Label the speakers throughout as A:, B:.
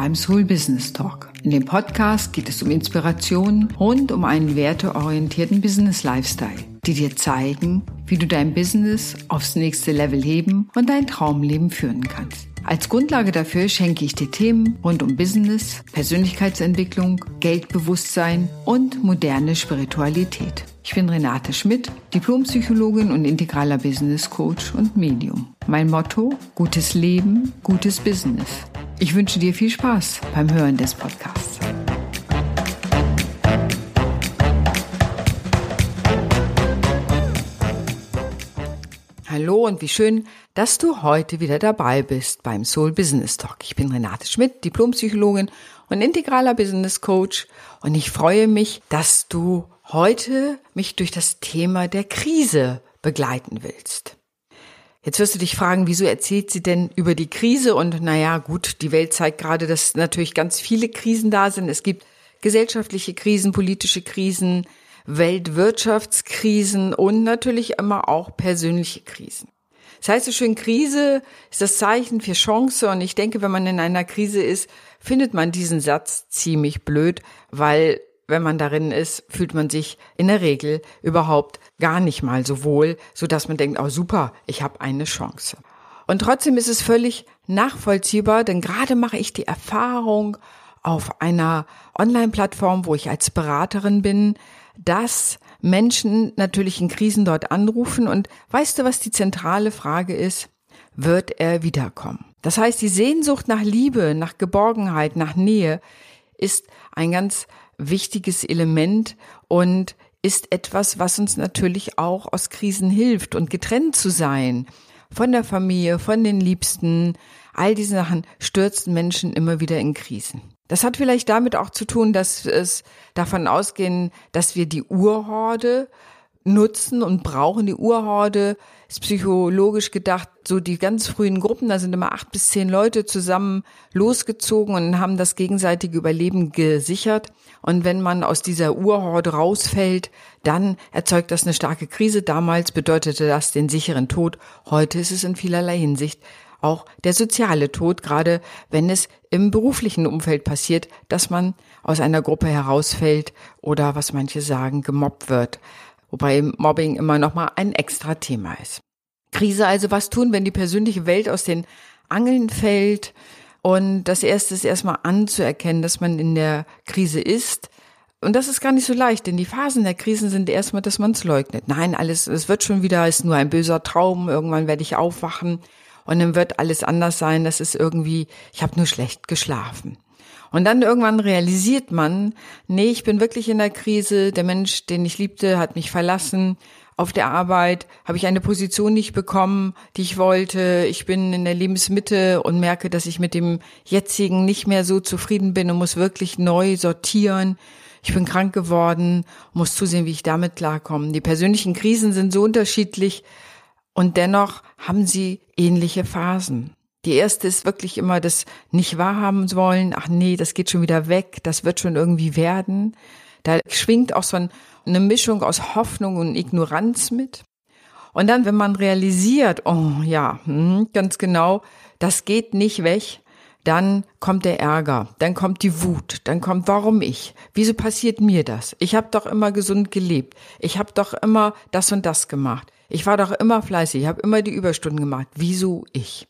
A: beim Soul Business Talk. In dem Podcast geht es um Inspiration rund um einen werteorientierten Business Lifestyle, die dir zeigen, wie du dein Business aufs nächste Level heben und dein Traumleben führen kannst. Als Grundlage dafür schenke ich dir Themen rund um Business, Persönlichkeitsentwicklung, Geldbewusstsein und moderne Spiritualität. Ich bin Renate Schmidt, Diplompsychologin und integraler Business Coach und Medium. Mein Motto: gutes Leben, gutes Business. Ich wünsche dir viel Spaß beim Hören des Podcasts. Hallo und wie schön, dass du heute wieder dabei bist beim Soul Business Talk. Ich bin Renate Schmidt, Diplompsychologin und integraler Business Coach, und ich freue mich, dass du heute mich durch das Thema der Krise begleiten willst. Jetzt wirst du dich fragen, wieso erzählt sie denn über die Krise? Und naja, gut, die Welt zeigt gerade, dass natürlich ganz viele Krisen da sind. Es gibt gesellschaftliche Krisen, politische Krisen, Weltwirtschaftskrisen und natürlich immer auch persönliche Krisen. Das heißt so schön, Krise ist das Zeichen für Chance, und ich denke, wenn man in einer Krise ist, findet man diesen Satz ziemlich blöd, weil wenn man darin ist, fühlt man sich in der Regel überhaupt gar nicht mal so wohl, sodass man denkt, oh super, ich habe eine Chance. Und trotzdem ist es völlig nachvollziehbar, denn gerade mache ich die Erfahrung auf einer Online-Plattform, wo ich als Beraterin bin, dass Menschen natürlich in Krisen dort anrufen, und weißt du, was die zentrale Frage ist? Wird er wiederkommen? Das heißt, die Sehnsucht nach Liebe, nach Geborgenheit, nach Nähe ist ein ganz wichtiges Element und ist etwas, was uns natürlich auch aus Krisen hilft. Und getrennt zu sein von der Familie, von den Liebsten, all diese Sachen stürzen Menschen immer wieder in Krisen. Das hat vielleicht damit auch zu tun, dass es davon ausgehen, dass wir die Urhorde nutzen und brauchen. Die Urhorde ist psychologisch gedacht, so die ganz frühen Gruppen, da sind immer 8 bis 10 Leute zusammen losgezogen und haben das gegenseitige Überleben gesichert. Und wenn man aus dieser Urhorde rausfällt, dann erzeugt das eine starke Krise. Damals bedeutete das den sicheren Tod. Heute ist es in vielerlei Hinsicht auch der soziale Tod, gerade wenn es im beruflichen Umfeld passiert, dass man aus einer Gruppe herausfällt oder, was manche sagen, gemobbt wird. Wobei Mobbing immer noch mal ein extra Thema ist. Krise also, was tun, wenn die persönliche Welt aus den Angeln fällt? Und das Erste ist erstmal anzuerkennen, dass man in der Krise ist. Und das ist gar nicht so leicht, denn die Phasen der Krisen sind erstmal, dass man es leugnet. Nein, es wird schon wieder, ist nur ein böser Traum, irgendwann werde ich aufwachen und dann wird alles anders sein, das ist irgendwie, ich habe nur schlecht geschlafen. Und dann irgendwann realisiert man, nee, ich bin wirklich in der Krise, der Mensch, den ich liebte, hat mich verlassen. Auf der Arbeit habe ich eine Position nicht bekommen, die ich wollte. Ich bin in der Lebensmitte und merke, dass ich mit dem jetzigen nicht mehr so zufrieden bin und muss wirklich neu sortieren. Ich bin krank geworden, muss zusehen, wie ich damit klarkomme. Die persönlichen Krisen sind so unterschiedlich und dennoch haben sie ähnliche Phasen. Die erste ist wirklich immer das nicht wahrhaben wollen. Ach nee, das geht schon wieder weg, das wird schon irgendwie werden. Da schwingt auch so eine Mischung aus Hoffnung und Ignoranz mit. Und dann, wenn man realisiert, oh ja, ganz genau, das geht nicht weg, dann kommt der Ärger, dann kommt die Wut, dann kommt, warum ich? Wieso passiert mir das? Ich habe doch immer gesund gelebt. Ich habe doch immer das und das gemacht. Ich war doch immer fleißig, ich habe immer die Überstunden gemacht. Wieso ich?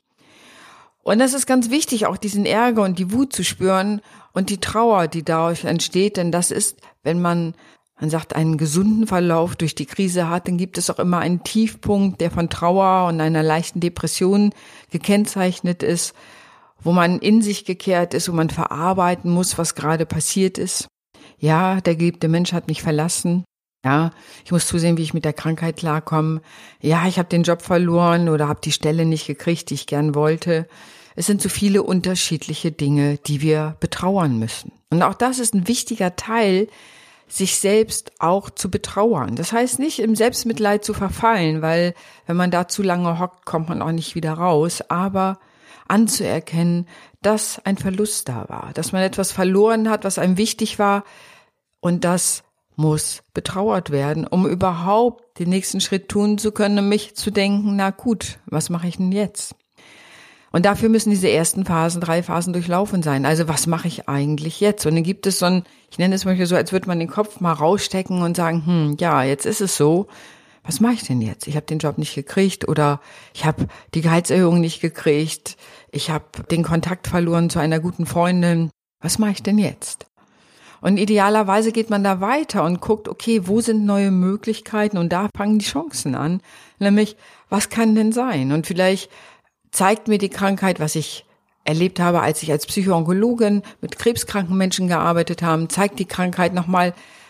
A: Und das ist ganz wichtig, auch diesen Ärger und die Wut zu spüren und die Trauer, die dadurch entsteht. Denn das ist, wenn man sagt, einen gesunden Verlauf durch die Krise hat, dann gibt es auch immer einen Tiefpunkt, der von Trauer und einer leichten Depression gekennzeichnet ist, wo man in sich gekehrt ist, wo man verarbeiten muss, was gerade passiert ist. Ja, der geliebte Mensch hat mich verlassen. Ja, ich muss zusehen, wie ich mit der Krankheit klarkomme. Ja, ich habe den Job verloren oder habe die Stelle nicht gekriegt, die ich gern wollte. Es sind so viele unterschiedliche Dinge, die wir betrauern müssen. Und auch das ist ein wichtiger Teil, sich selbst auch zu betrauern. Das heißt nicht, im Selbstmitleid zu verfallen, weil wenn man da zu lange hockt, kommt man auch nicht wieder raus. Aber anzuerkennen, dass ein Verlust da war, dass man etwas verloren hat, was einem wichtig war, und das muss betrauert werden, um überhaupt den nächsten Schritt tun zu können, um mich zu denken, na gut, was mache ich denn jetzt? Und dafür müssen diese ersten Phasen, 3 Phasen durchlaufen sein. Also was mache ich eigentlich jetzt? Und dann gibt es ich nenne es manchmal so, als würde man den Kopf mal rausstecken und sagen, ja, jetzt ist es so. Was mache ich denn jetzt? Ich habe den Job nicht gekriegt oder ich habe die Gehaltserhöhung nicht gekriegt. Ich habe den Kontakt verloren zu einer guten Freundin. Was mache ich denn jetzt? Und idealerweise geht man da weiter und guckt, okay, wo sind neue Möglichkeiten? Und da fangen die Chancen an. Nämlich, was kann denn sein? Und vielleicht zeigt mir die Krankheit, was ich erlebt habe, als ich als Psychoonkologin mit krebskranken Menschen gearbeitet habe, zeigt die Krankheit nochmal,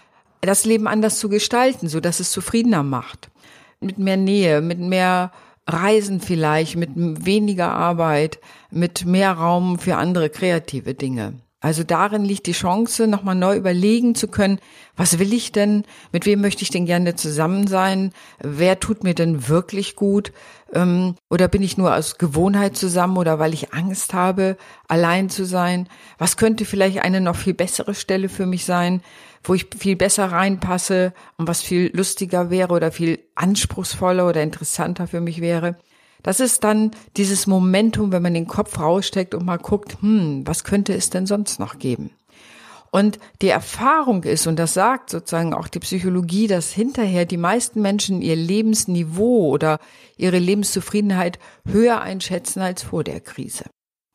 A: das Leben anders zu gestalten, so dass es zufriedener macht. Mit mehr Nähe, mit mehr Reisen vielleicht, mit weniger Arbeit, mit mehr Raum für andere kreative Dinge. Also darin liegt die Chance, nochmal neu überlegen zu können, was will ich denn, mit wem möchte ich denn gerne zusammen sein, wer tut mir denn wirklich gut, oder bin ich nur aus Gewohnheit zusammen oder weil ich Angst habe, allein zu sein, was könnte vielleicht eine noch viel bessere Stelle für mich sein, wo ich viel besser reinpasse und was viel lustiger wäre oder viel anspruchsvoller oder interessanter für mich wäre. Das ist dann dieses Momentum, wenn man den Kopf raussteckt und mal guckt, was könnte es denn sonst noch geben? Und die Erfahrung ist, und das sagt sozusagen auch die Psychologie, dass hinterher die meisten Menschen ihr Lebensniveau oder ihre Lebenszufriedenheit höher einschätzen als vor der Krise.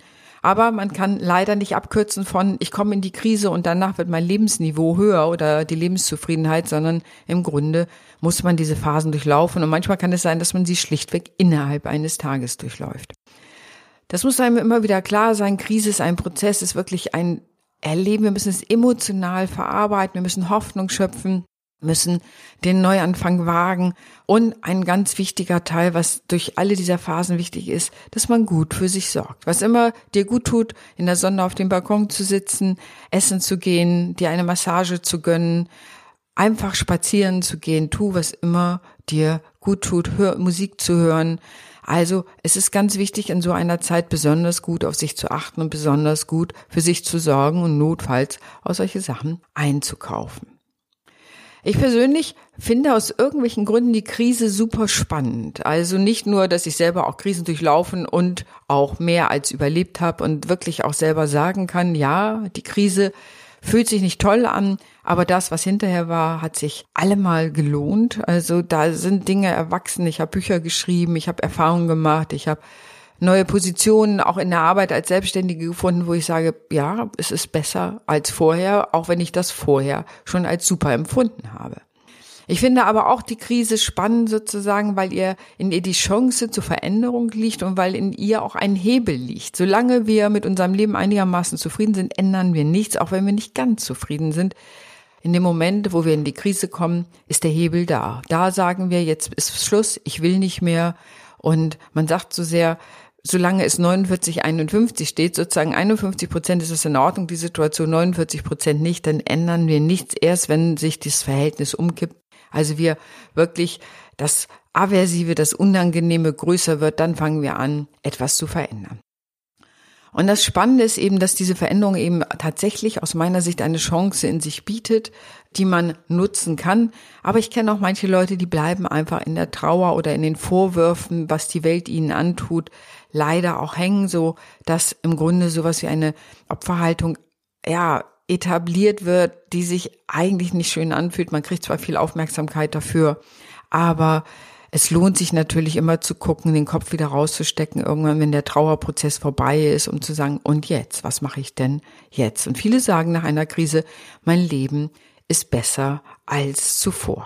A: Aber man kann leider nicht abkürzen von, ich komme in die Krise und danach wird mein Lebensniveau höher oder die Lebenszufriedenheit, sondern im Grunde muss man diese Phasen durchlaufen. Und manchmal kann es sein, dass man sie schlichtweg innerhalb eines Tages durchläuft. Das muss einem immer wieder klar sein. Krise ist ein Prozess, ist wirklich ein Erleben. Wir müssen es emotional verarbeiten, wir müssen Hoffnung schöpfen, müssen den Neuanfang wagen. Und ein ganz wichtiger Teil, was durch alle dieser Phasen wichtig ist, dass man gut für sich sorgt. Was immer dir gut tut, in der Sonne auf dem Balkon zu sitzen, essen zu gehen, dir eine Massage zu gönnen, einfach spazieren zu gehen, tu, was immer dir gut tut, Musik zu hören. Also es ist ganz wichtig, in so einer Zeit besonders gut auf sich zu achten und besonders gut für sich zu sorgen und notfalls auch solche Sachen einzukaufen. Ich persönlich finde aus irgendwelchen Gründen die Krise super spannend. Also nicht nur, dass ich selber auch Krisen durchlaufen und auch mehr als überlebt habe und wirklich auch selber sagen kann, ja, die Krise fühlt sich nicht toll an, aber das, was hinterher war, hat sich allemal gelohnt. Also da sind Dinge erwachsen. Ich habe Bücher geschrieben, ich habe Erfahrungen gemacht, ich habe neue Positionen auch in der Arbeit als Selbstständige gefunden, wo ich sage, ja, es ist besser als vorher, auch wenn ich das vorher schon als super empfunden habe. Ich finde aber auch die Krise spannend sozusagen, weil in ihr die Chance zur Veränderung liegt und weil in ihr auch ein Hebel liegt. Solange wir mit unserem Leben einigermaßen zufrieden sind, ändern wir nichts, auch wenn wir nicht ganz zufrieden sind. In dem Moment, wo wir in die Krise kommen, ist der Hebel da. Da sagen wir, jetzt ist Schluss, ich will nicht mehr. Und man sagt so sehr, solange es 49,51 steht, sozusagen 51% ist es in Ordnung, die Situation 49% nicht, dann ändern wir nichts erst, wenn sich das Verhältnis umkippt. Also wir wirklich das Aversive, das Unangenehme größer wird, dann fangen wir an, etwas zu verändern. Und das Spannende ist eben, dass diese Veränderung eben tatsächlich aus meiner Sicht eine Chance in sich bietet, die man nutzen kann. Aber ich kenne auch manche Leute, die bleiben einfach in der Trauer oder in den Vorwürfen, was die Welt ihnen antut, leider auch hängen, so dass im Grunde sowas wie eine Opferhaltung, etabliert wird, die sich eigentlich nicht schön anfühlt. Man kriegt zwar viel Aufmerksamkeit dafür, aber es lohnt sich natürlich immer zu gucken, den Kopf wieder rauszustecken, irgendwann, wenn der Trauerprozess vorbei ist, um zu sagen, und jetzt, was mache ich denn jetzt? Und viele sagen nach einer Krise, mein Leben ist besser als zuvor.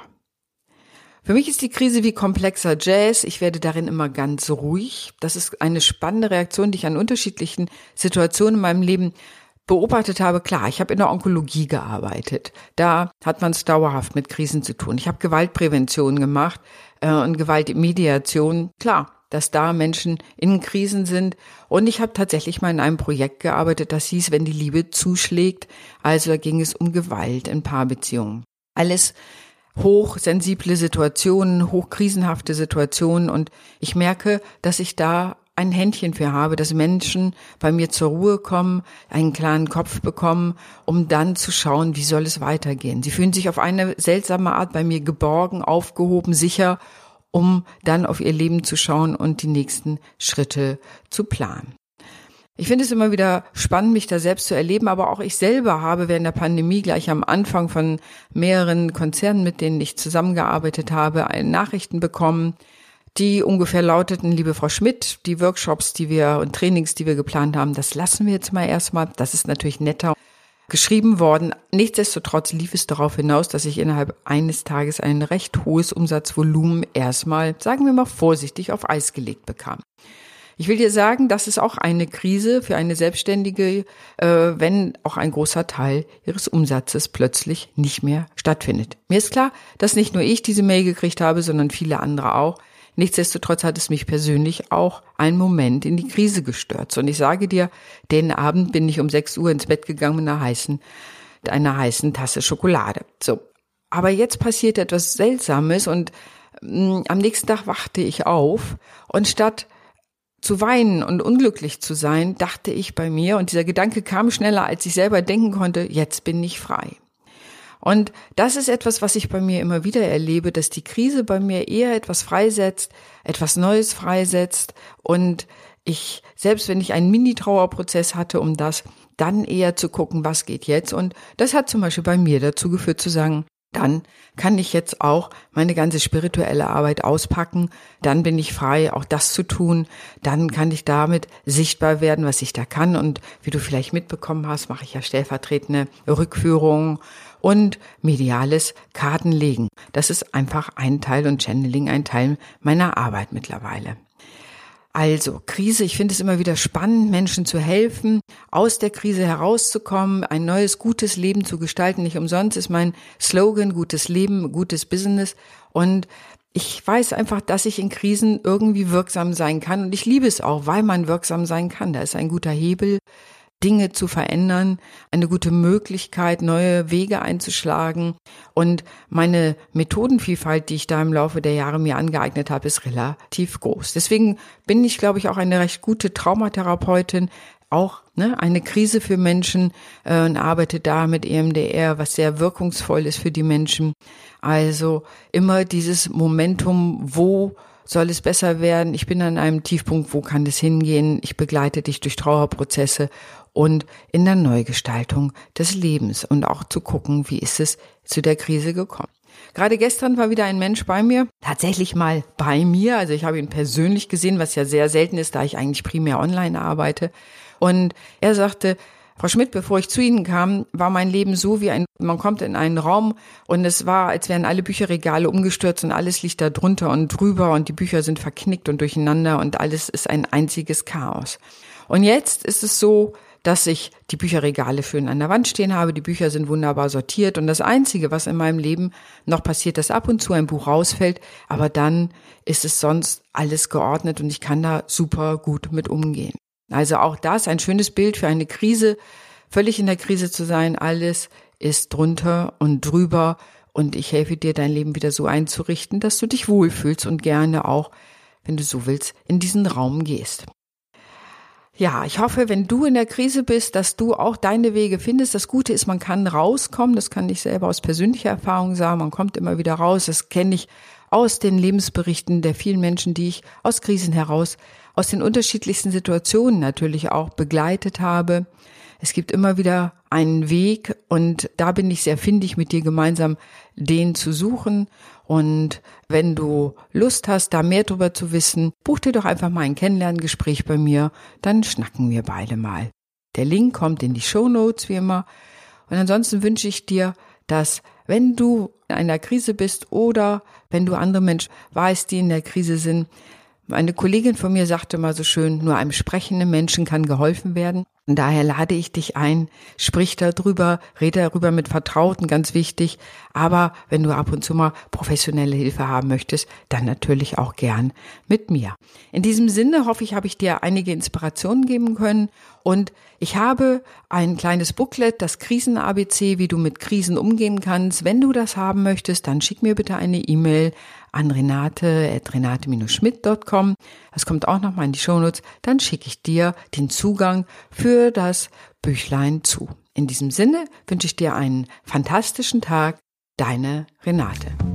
A: Für mich ist die Krise wie komplexer Jazz. Ich werde darin immer ganz ruhig. Das ist eine spannende Reaktion, die ich an unterschiedlichen Situationen in meinem Leben beobachtet habe. Klar, ich habe in der Onkologie gearbeitet. Da hat man es dauerhaft mit Krisen zu tun. Ich habe Gewaltprävention gemacht und Gewaltmediation. Klar, dass da Menschen in Krisen sind. Und ich habe tatsächlich mal in einem Projekt gearbeitet, das hieß, wenn die Liebe zuschlägt. Also da ging es um Gewalt in Paarbeziehungen. Alles hochsensible Situationen, hochkrisenhafte Situationen. Und ich merke, dass ich da ein Händchen für habe, dass Menschen bei mir zur Ruhe kommen, einen klaren Kopf bekommen, um dann zu schauen, wie soll es weitergehen. Sie fühlen sich auf eine seltsame Art bei mir geborgen, aufgehoben, sicher um dann auf ihr Leben zu schauen und die nächsten Schritte zu planen. Ich finde es immer wieder spannend, mich da selbst zu erleben, aber auch ich selber habe während der Pandemie gleich am Anfang von mehreren Konzernen, mit denen ich zusammengearbeitet habe, Nachrichten bekommen, die ungefähr lauteten: Liebe Frau Schmidt, die Workshops, und Trainings, die wir geplant haben, das lassen wir jetzt mal erstmal. Das ist natürlich netter geschrieben worden. Nichtsdestotrotz lief es darauf hinaus, dass ich innerhalb eines Tages ein recht hohes Umsatzvolumen erstmal, sagen wir mal vorsichtig, auf Eis gelegt bekam. Ich will dir sagen, das ist auch eine Krise für eine Selbstständige, wenn auch ein großer Teil ihres Umsatzes plötzlich nicht mehr stattfindet. Mir ist klar, dass nicht nur ich diese Mail gekriegt habe, sondern viele andere auch. Nichtsdestotrotz hat es mich persönlich auch einen Moment in die Krise gestürzt. Und ich sage dir, den Abend bin ich um 6 Uhr ins Bett gegangen mit einer heißen Tasse Schokolade. So. Aber jetzt passiert etwas Seltsames und am nächsten Tag wachte ich auf und statt zu weinen und unglücklich zu sein, dachte ich bei mir, und dieser Gedanke kam schneller, als ich selber denken konnte: Jetzt bin ich frei. Und das ist etwas, was ich bei mir immer wieder erlebe, dass die Krise bei mir eher etwas freisetzt, etwas Neues freisetzt und ich, selbst wenn ich einen Mini-Trauerprozess hatte, um das, dann eher zu gucken, was geht jetzt. Und das hat zum Beispiel bei mir dazu geführt zu sagen, dann kann ich jetzt auch meine ganze spirituelle Arbeit auspacken, dann bin ich frei, auch das zu tun, dann kann ich damit sichtbar werden, was ich da kann. Und wie du vielleicht mitbekommen hast, mache ich ja stellvertretende Rückführungen und mediales Kartenlegen. Das ist einfach ein Teil, und Channeling ein Teil meiner Arbeit mittlerweile. Also Krise, ich finde es immer wieder spannend, Menschen zu helfen, aus der Krise herauszukommen, ein neues, gutes Leben zu gestalten. Nicht umsonst ist mein Slogan: gutes Leben, gutes Business. Und ich weiß einfach, dass ich in Krisen irgendwie wirksam sein kann. Und ich liebe es auch, weil man wirksam sein kann. Da ist ein guter Hebel, Dinge zu verändern, eine gute Möglichkeit, neue Wege einzuschlagen. Und meine Methodenvielfalt, die ich da im Laufe der Jahre mir angeeignet habe, ist relativ groß. Deswegen bin ich, glaube ich, auch eine recht gute Traumatherapeutin, auch eine Krise für Menschen, und arbeite da mit EMDR, was sehr wirkungsvoll ist für die Menschen. Also immer dieses Momentum, wo soll es besser werden? Ich bin an einem Tiefpunkt, wo kann es hingehen? Ich begleite dich durch Trauerprozesse und in der Neugestaltung des Lebens und auch zu gucken, wie ist es zu der Krise gekommen. Gerade gestern war wieder ein Mensch bei mir, tatsächlich mal bei mir, also ich habe ihn persönlich gesehen, was ja sehr selten ist, da ich eigentlich primär online arbeite, und er sagte: Frau Schmidt, bevor ich zu Ihnen kam, war mein Leben so man kommt in einen Raum und es war, als wären alle Bücherregale umgestürzt und alles liegt da drunter und drüber und die Bücher sind verknickt und durcheinander und alles ist ein einziges Chaos. Und jetzt ist es so, dass ich die Bücherregale schön an der Wand stehen habe, die Bücher sind wunderbar sortiert und das Einzige, was in meinem Leben noch passiert, dass ab und zu ein Buch rausfällt, aber dann ist es sonst alles geordnet und ich kann da super gut mit umgehen. Also auch das ein schönes Bild für eine Krise, völlig in der Krise zu sein, alles ist drunter und drüber und ich helfe dir, dein Leben wieder so einzurichten, dass du dich wohlfühlst und gerne auch, wenn du so willst, in diesen Raum gehst. Ja, ich hoffe, wenn du in der Krise bist, dass du auch deine Wege findest. Das Gute ist, man kann rauskommen. Das kann ich selber aus persönlicher Erfahrung sagen. Man kommt immer wieder raus. Das kenne ich aus den Lebensberichten der vielen Menschen, die ich aus Krisen heraus, aus den unterschiedlichsten Situationen natürlich auch begleitet habe. Es gibt immer wieder einen Weg und da bin ich sehr findig, mit dir gemeinsam den zu suchen. Und wenn du Lust hast, da mehr drüber zu wissen, buch dir doch einfach mal ein Kennenlerngespräch bei mir, dann schnacken wir beide mal. Der Link kommt in die Shownotes wie immer. Und ansonsten wünsche ich dir, dass wenn du in einer Krise bist oder wenn du andere Menschen weißt, die in der Krise sind, eine Kollegin von mir sagte mal so schön, nur einem sprechenden Menschen kann geholfen werden. Und daher lade ich dich ein, sprich darüber, rede darüber mit Vertrauten, ganz wichtig. Aber wenn du ab und zu mal professionelle Hilfe haben möchtest, dann natürlich auch gern mit mir. In diesem Sinne hoffe ich, habe ich dir einige Inspirationen geben können. Und ich habe ein kleines Booklet, das Krisen-ABC, wie du mit Krisen umgehen kannst. Wenn du das haben möchtest, dann schick mir bitte eine E-Mail an renate@renate-schmidt.com. Das kommt auch nochmal in die Shownotes. Dann schicke ich dir den Zugang für das Büchlein zu. In diesem Sinne wünsche ich dir einen fantastischen Tag. Deine Renate.